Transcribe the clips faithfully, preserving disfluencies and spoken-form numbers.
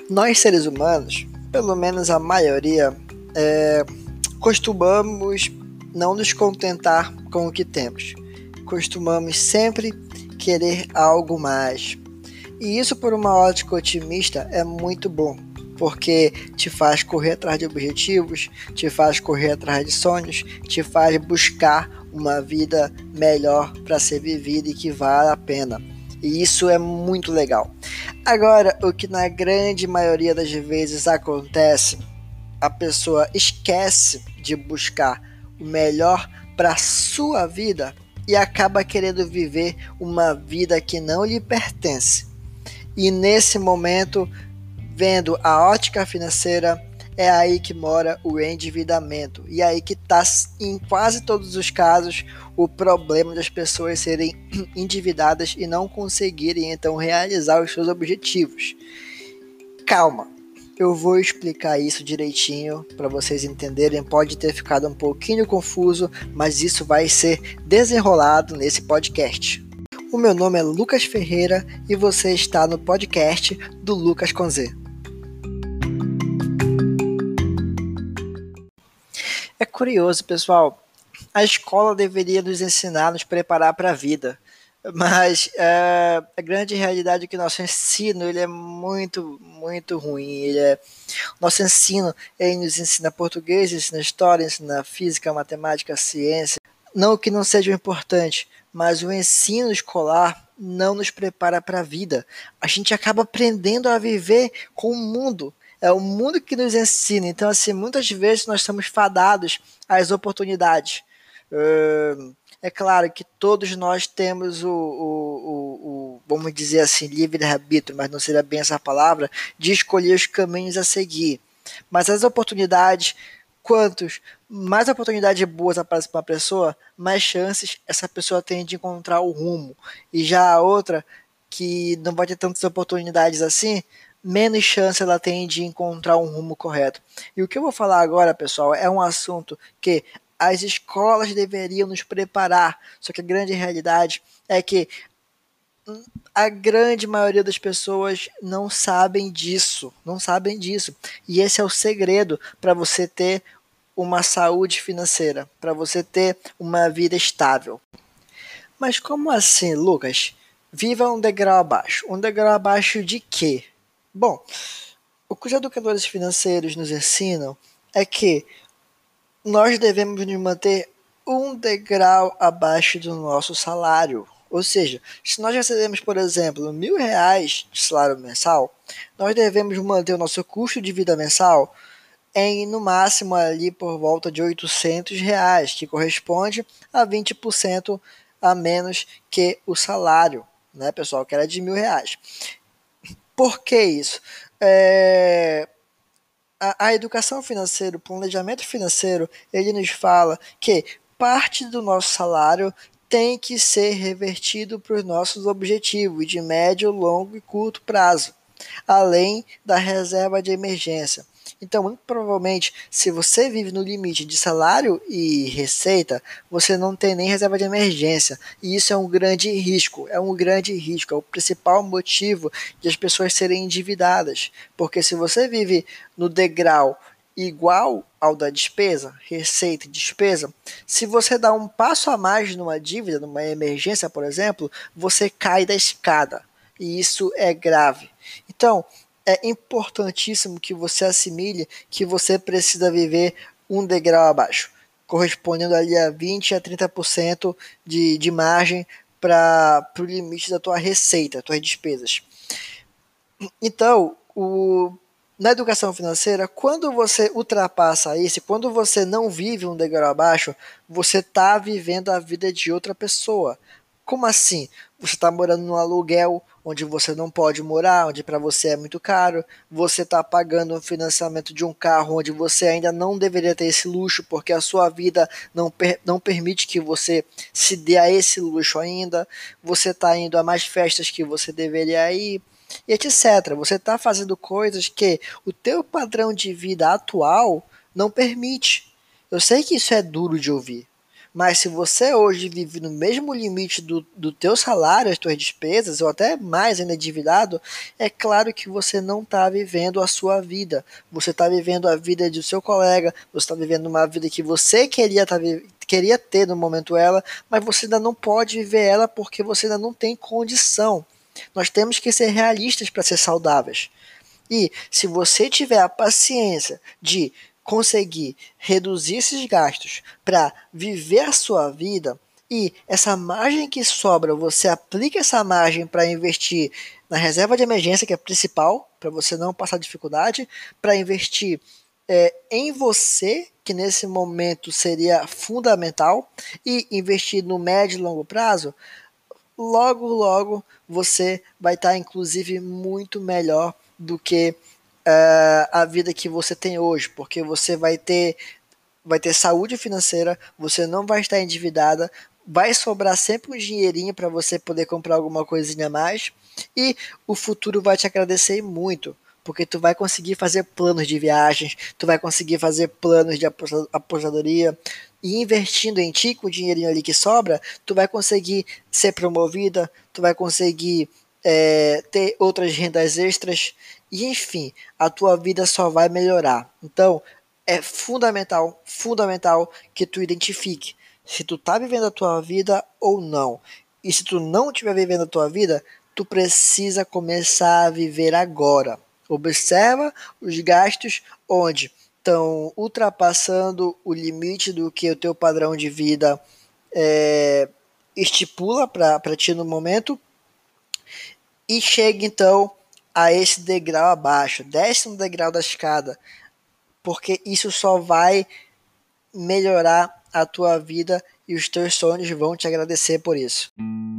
Nós seres humanos, pelo menos a maioria, é, costumamos não nos contentar com o que temos. Costumamos sempre querer algo mais. E isso, por uma ótica otimista, é muito bom, porque te faz correr atrás de objetivos, te faz correr atrás de sonhos, te faz buscar uma vida melhor para ser vivida e que vale a pena. E isso é muito legal. Agora, o que na grande maioria das vezes acontece, a pessoa esquece de buscar o melhor para sua vida e acaba querendo viver uma vida que não lhe pertence. E nesse momento, vendo a ótica financeira, é aí que mora o endividamento. E é aí que está, em quase todos os casos, o problema das pessoas serem endividadas e não conseguirem, então, realizar os seus objetivos. Calma, eu vou explicar isso direitinho para vocês entenderem. Pode ter ficado um pouquinho confuso, mas isso vai ser desenrolado nesse podcast. O meu nome é Lucas Ferreira e você está no podcast do Lucas com Z. É curioso, pessoal. A escola deveria nos ensinar, nos preparar para a vida. Mas é, a grande realidade é que nosso ensino ele é muito, muito ruim. Ele é, nosso ensino ele nos ensina português, ensina história, ensina física, matemática, ciência. Não que não seja importante, mas o ensino escolar não nos prepara para a vida. A gente acaba aprendendo a viver com o mundo. É o mundo que nos ensina. Então, assim, muitas vezes nós estamos fadados às oportunidades. Uh, é claro que todos nós temos o, o, o, o vamos dizer assim, livre-arbítrio, mas não seria bem essa palavra, de escolher os caminhos a seguir. Mas as oportunidades, quantos mais oportunidades boas aparecem para uma pessoa, mais chances essa pessoa tem de encontrar o rumo. E já a outra, que não vai ter tantas oportunidades assim, menos chance ela tem de encontrar um rumo correto. E o que eu vou falar agora, pessoal, é um assunto que as escolas deveriam nos preparar, só que a grande realidade é que a grande maioria das pessoas não sabem disso, não sabem disso. E esse é o segredo para você ter uma saúde financeira, para você ter uma vida estável. Mas como assim, Lucas? Viva um degrau abaixo. Um degrau abaixo de quê? Bom, o que os educadores financeiros nos ensinam é que nós devemos nos manter um degrau abaixo do nosso salário. Ou seja, se nós recebemos, por exemplo, mil reais de salário mensal, nós devemos manter o nosso custo de vida mensal em, no máximo, ali por volta de oitocentos reais, que corresponde a vinte por cento a menos que o salário, né, pessoal, que era de mil reais. Por que isso? É... A, a educação financeira, o planejamento financeiro, ele nos fala que parte do nosso salário tem que ser revertido para os nossos objetivos de médio, longo e curto prazo, além da reserva de emergência. Então, muito provavelmente, se você vive no limite de salário e receita, você não tem nem reserva de emergência. E isso é um grande risco, é um grande risco, é o principal motivo de as pessoas serem endividadas. Porque se você vive no degrau igual ao da despesa, receita e despesa, se você dá um passo a mais numa dívida, numa emergência, por exemplo, você cai da escada. E isso é grave. Então, é importantíssimo que você assimile que você precisa viver um degrau abaixo, correspondendo ali a vinte a trinta por cento de, de margem para o limite da tua receita, tuas despesas. Então, o, na educação financeira, quando você ultrapassa isso, quando você não vive um degrau abaixo, você está vivendo a vida de outra pessoa. Como assim? Você está morando num aluguel onde você não pode morar, onde para você é muito caro. Você está pagando um financiamento de um carro onde você ainda não deveria ter esse luxo, porque a sua vida não, per não permite que você se dê a esse luxo ainda. Você está indo a mais festas que você deveria ir, e etcétera. Você está fazendo coisas que o teu padrão de vida atual não permite. Eu sei que isso é duro de ouvir, Mas se você hoje vive no mesmo limite do, do teu salário, as tuas despesas, ou até mais ainda endividado, é claro que você não está vivendo a sua vida. Você está vivendo a vida do seu colega, você está vivendo uma vida que você queria, tá, queria ter no momento ela, mas você ainda não pode viver ela porque você ainda não tem condição. Nós temos que ser realistas para ser saudáveis. E se você tiver a paciência de conseguir reduzir esses gastos para viver a sua vida e essa margem que sobra, você aplica essa margem para investir na reserva de emergência, que é a principal, para você não passar dificuldade, para investir é, em você, que nesse momento seria fundamental, e investir no médio e longo prazo, logo, logo você vai estar, inclusive, muito melhor do que uh, a vida que você tem hoje, porque você vai ter, vai ter saúde financeira, você não vai estar endividada, vai sobrar sempre um dinheirinho para você poder comprar alguma coisinha a mais, e o futuro vai te agradecer muito, porque tu vai conseguir fazer planos de viagens, tu vai conseguir fazer planos de aposentadoria, e investindo em ti, com o dinheirinho ali que sobra, tu vai conseguir ser promovida, tu vai conseguir é, ter outras rendas extras, e enfim, a tua vida só vai melhorar. Então, é fundamental, fundamental que tu identifique se tu tá vivendo a tua vida ou não. E se tu não estiver vivendo a tua vida, tu precisa começar a viver agora. Observa os gastos onde estão ultrapassando o limite do que o teu padrão de vida é, estipula para ti no momento, e chega então a esse degrau abaixo, desce um degrau da escada, porque isso só vai melhorar a tua vida e os teus sonhos vão te agradecer por isso.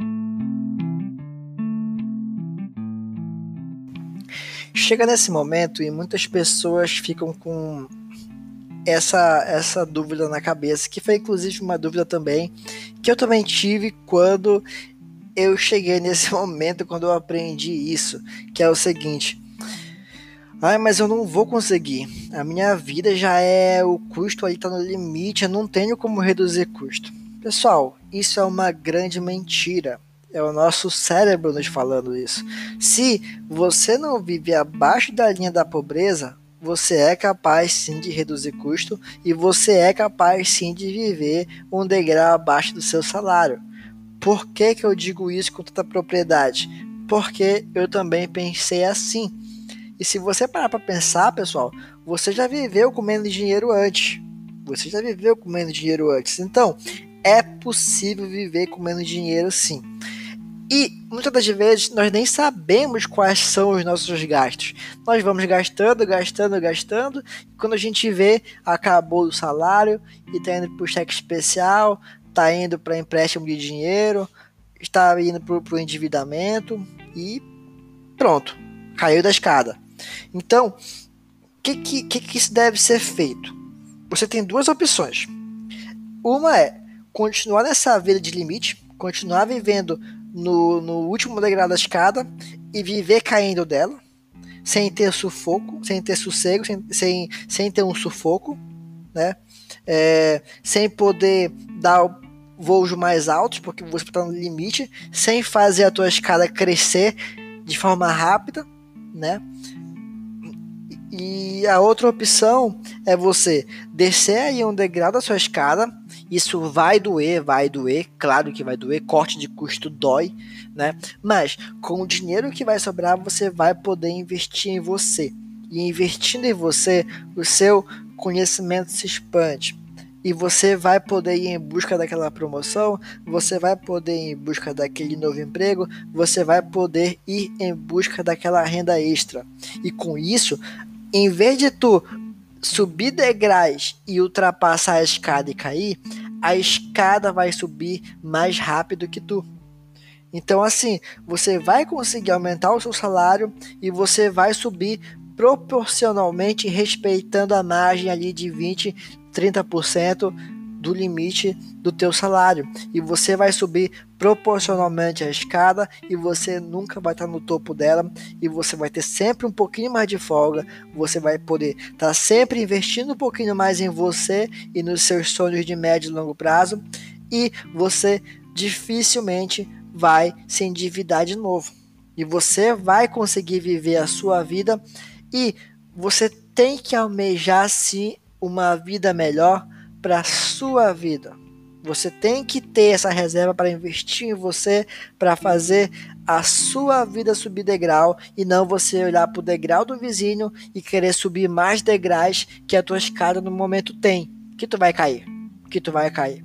Chega nesse momento e muitas pessoas ficam com essa, essa dúvida na cabeça, que foi inclusive uma dúvida também, que eu também tive quando eu cheguei nesse momento, quando eu aprendi isso, que é o seguinte: ah, mas eu não vou conseguir, a minha vida já é, o custo aí tá no limite, eu não tenho como reduzir custo. Pessoal, isso é uma grande mentira. É o nosso cérebro nos falando isso. Se você não vive abaixo da linha da pobreza, você é capaz sim de reduzir custo e você é capaz sim de viver um degrau abaixo do seu salário. Por que que eu digo isso com tanta propriedade? Porque eu também pensei assim. E se você parar para pensar, pessoal, você já viveu com menos dinheiro antes. Você já viveu com menos dinheiro antes. Então, é possível viver com menos dinheiro sim. E muitas das vezes nós nem sabemos quais são os nossos gastos. Nós vamos gastando, gastando, gastando. E quando a gente vê, acabou o salário e está indo para o cheque especial, está indo para empréstimo de dinheiro, está indo para o endividamento e pronto, caiu da escada. Então, o que, que, que isso deve ser feito? Você tem duas opções. Uma é continuar nessa vida de limite, continuar vivendo No, no último degrau da escada e viver caindo dela, sem ter sufoco, sem ter sossego, sem, sem, sem ter um sufoco, né? É, sem poder dar voos mais altos, porque você está no limite, sem fazer a tua escada crescer de forma rápida, né? E a outra opção é você descer aí um degrau da sua escada. Isso vai doer, vai doer, claro que vai doer, corte de custo dói, né? Mas com o dinheiro que vai sobrar, você vai poder investir em você. E investindo em você, o seu conhecimento se expande. E você vai poder ir em busca daquela promoção, você vai poder ir em busca daquele novo emprego, você vai poder ir em busca daquela renda extra. E com isso, em vez de tu subir degraus e ultrapassar a escada e cair, a escada vai subir mais rápido que tu. Então assim, você vai conseguir aumentar o seu salário e você vai subir proporcionalmente, respeitando a margem ali de vinte, trinta por cento do limite do teu salário, e você vai subir proporcionalmente a escada, e você nunca vai estar no topo dela, e você vai ter sempre um pouquinho mais de folga, você vai poder estar sempre investindo um pouquinho mais em você e nos seus sonhos de médio e longo prazo, e você dificilmente vai se endividar de novo, e você vai conseguir viver a sua vida. E você tem que almejar sim uma vida melhor para a sua vida. Você tem que ter essa reserva para investir em você, para fazer a sua vida subir degrau, e não você olhar para o degrau do vizinho e querer subir mais degraus que a tua escada no momento tem, que tu vai cair, que tu vai cair.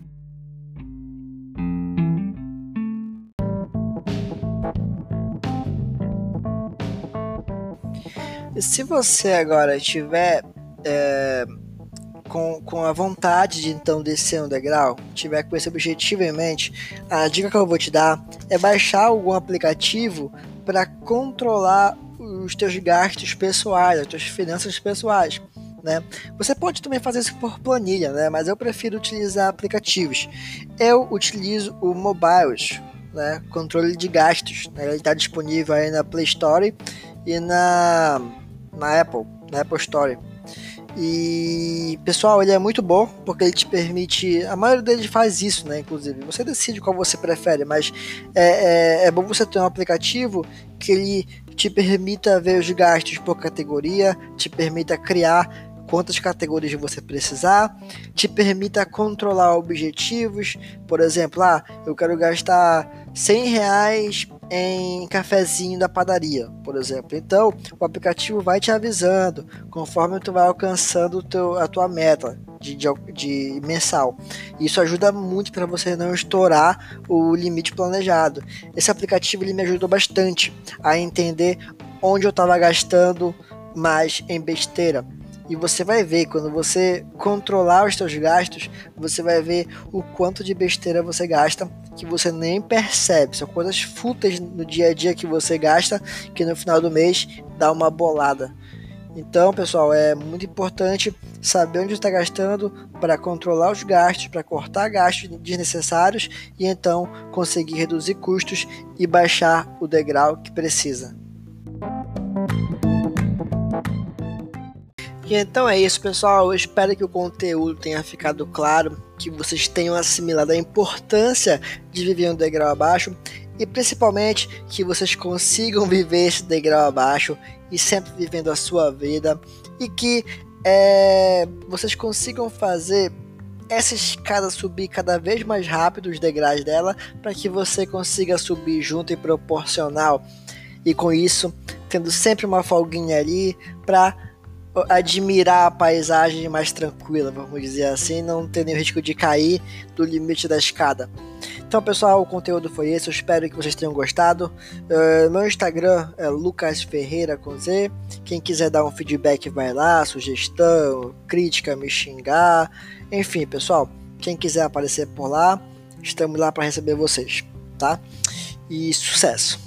Se você agora tiver é, com, com a vontade de então descer um degrau, tiver com esse objetivo em mente, a dica que eu vou te dar é baixar algum aplicativo para controlar os teus gastos pessoais, as tuas finanças pessoais, né? Você pode também fazer isso por planilha, né? Mas eu prefiro utilizar aplicativos. Eu utilizo o Mobiles, né? Controle de gastos, né? Ele está disponível aí na Play Store e na na Apple, na Apple Store. E, pessoal, ele é muito bom porque ele te permite, a maioria deles faz isso, né, inclusive, você decide qual você prefere, mas é, é, é bom você ter um aplicativo que ele te permita ver os gastos por categoria, te permita criar quantas categorias você precisar, te permita controlar objetivos. Por exemplo, ah, eu quero gastar cem reais em cafezinho da padaria, por exemplo. Então, o aplicativo vai te avisando conforme tu vai alcançando o teu, a tua meta de, de, de mensal. Isso ajuda muito para você não estourar o limite planejado. Esse aplicativo ele me ajudou bastante a entender onde eu estava gastando mais em besteira. E você vai ver, quando você controlar os seus gastos, você vai ver o quanto de besteira você gasta, que você nem percebe. São coisas fúteis no dia a dia que você gasta, que no final do mês dá uma bolada. Então, pessoal, é muito importante saber onde está gastando para controlar os gastos, para cortar gastos desnecessários e então conseguir reduzir custos e baixar o degrau que precisa. E então é isso, pessoal. Eu espero que o conteúdo tenha ficado claro, que vocês tenham assimilado a importância de viver um degrau abaixo e principalmente que vocês consigam viver esse degrau abaixo e sempre vivendo a sua vida, e que é, vocês consigam fazer essa escada subir cada vez mais rápido, os degraus dela, para que você consiga subir junto e proporcional, e com isso tendo sempre uma folguinha ali para admirar a paisagem mais tranquila, vamos dizer assim, não ter nenhum risco de cair do limite da escada. Então, pessoal, o conteúdo foi esse, eu espero que vocês tenham gostado. Uh, meu Instagram é Lucas Ferreira com Z. Quem quiser dar um feedback vai lá, sugestão, crítica, me xingar, enfim, pessoal, quem quiser aparecer por lá, estamos lá para receber vocês, tá? E sucesso!